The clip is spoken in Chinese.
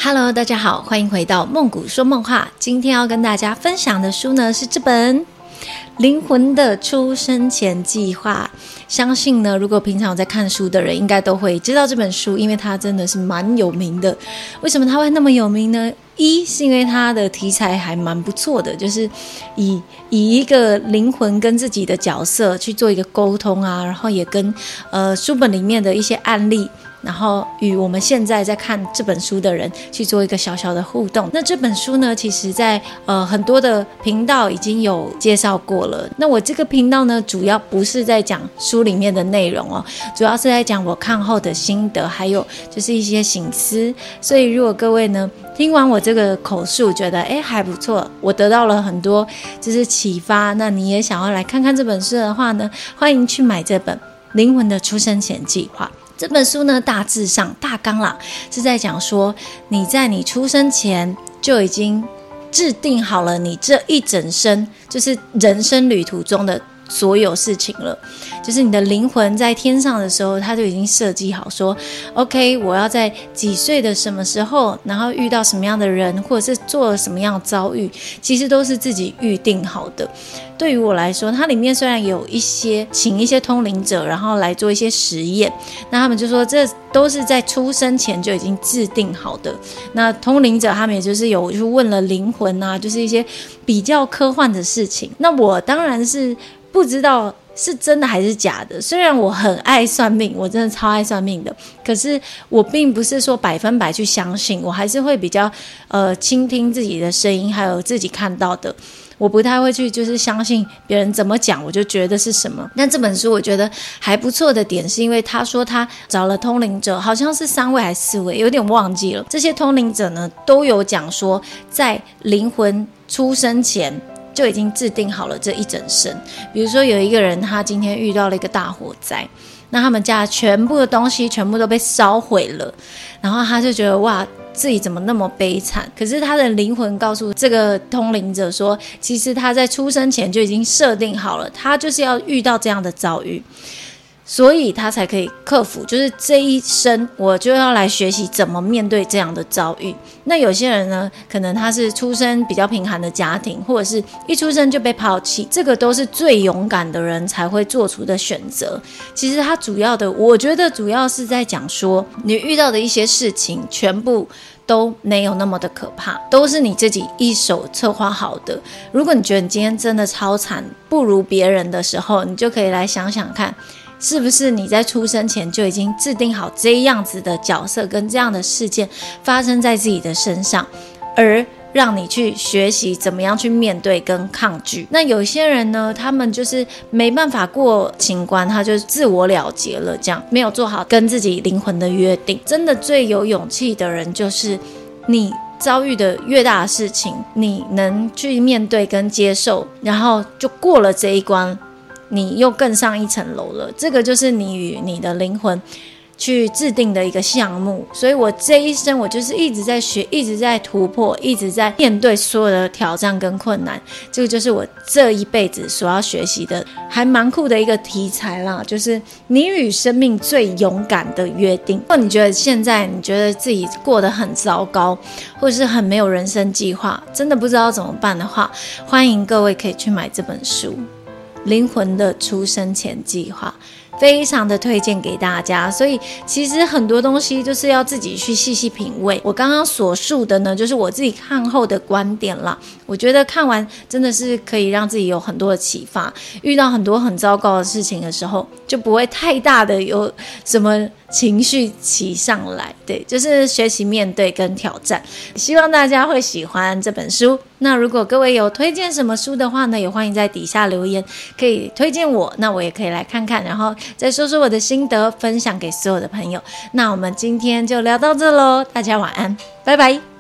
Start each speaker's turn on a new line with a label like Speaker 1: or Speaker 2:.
Speaker 1: Hello， 大家好，欢迎回到梦谷说梦话。今天要跟大家分享的书呢是这本《灵魂的出生前计划》。相信呢，如果平常有在看书的人，應該都會知道這本書，因為它真的是蠻有名的。為什麼它會那麼有名呢？一是因為它的題材還蠻不錯的，就是以一個靈魂跟自己的角色去做一個溝通啊，然後也跟書本裡面的一些案例，然後與我們現在在看這本書的人去做一個小小的互動。那這本書呢，其實在很多的頻道已經有介紹過了。那我這個頻道呢，主要不是在講書裡面的內容哦，主要是在講我看後的心得，還有就是一些省思。所以如果各位呢聽完我這個口述覺得還不錯，我得到了很多就是啟發，那你也想要來看看這本書的話呢，歡迎去買這本《靈魂的出生前計劃》。這本書呢，大致上大綱啦，是在講說你在你出生前就已經制定好了你這一整生，就是人生旅途中的所有事情了。就是你的靈魂在天上的時候，他就已經設計好說 OK， 我要在幾歲的什麼時候，然後遇到什麼樣的人，或者是做了什麼樣的遭遇，其實都是自己預定好的。對於我來說，它裡面雖然有一些請一些通靈者，然後來做一些實驗，那他們就說這都是在出生前就已經制定好的。那通靈者他們也就是有去問了靈魂啊，就是一些比較科幻的事情。那我當然是不知道是真的還是假的，雖然我很愛算命，我真的超愛算命的，可是我並不是說100%去相信，我還是會比較傾聽自己的聲音，還有自己看到的。我不太會去就是相信別人怎麼講我就覺得是什麼。但這本書我覺得還不錯的點是因為他說他找了通靈者，好像是3位還是4位，有點忘記了。這些通靈者呢都有講說在靈魂出生前就已經制定好了這一整生。比如說有一個人他今天遇到了一個大火災，那他們家全部的東西全部都被燒毀了，然後他就覺得哇自己怎麼那麼悲慘。可是他的靈魂告訴這個通靈者說，其實他在出生前就已經設定好了，他就是要遇到這樣的遭遇，所以他才可以克服，就是這一生我就要來學習怎麼面對這樣的遭遇。那有些人呢，可能他是出生比較貧寒的家庭，或者是一出生就被拋棄，這個都是最勇敢的人才會做出的選擇。其實他主要的，我覺得主要是在講說，你遇到的一些事情全部都沒有那麼的可怕，都是你自己一手策劃好的。如果你覺得你今天真的超慘，不如別人的時候，你就可以來想想看，是不是你在出生前就已經制定好這樣子的角色跟這樣的事件發生在自己的身上，而讓你去學習怎麼樣去面對跟抗拒。那有些人呢，他們就是沒辦法過情關，他就自我了結了，這樣沒有做好跟自己靈魂的約定。真的最有勇氣的人，就是你遭遇的越大的事情，你能去面對跟接受，然後就過了這一關，你又更上一層樓了。這個就是你與你的靈魂去制定的一個項目。所以我這一生我就是一直在學，一直在突破，一直在面對所有的挑戰跟困難。這個就是我這一輩子所要學習的，還蠻酷的一個題材啦，就是你與生命最勇敢的約定。如果你覺得現在你覺得自己過得很糟糕，或者是很沒有人生計劃，真的不知道怎麼辦的話，歡迎各位可以去買這本書《靈魂的出生前計劃》，非常的推薦給大家。所以其實很多東西就是要自己去細細品味。我剛剛所述的呢，就是我自己看後的觀點啦。我覺得看完真的是可以讓自己有很多的啟發，遇到很多很糟糕的事情的時候，就不會太大的有什麼情緒起上來。對，就是學習面對跟挑戰。希望大家會喜歡這本書。那如果各位有推薦什麼書的話呢，也歡迎在底下留言，可以推薦我，那我也可以來看看，然後再說說我的心得，分享給所有的朋友。那我們今天就聊到這咯，大家晚安，拜拜。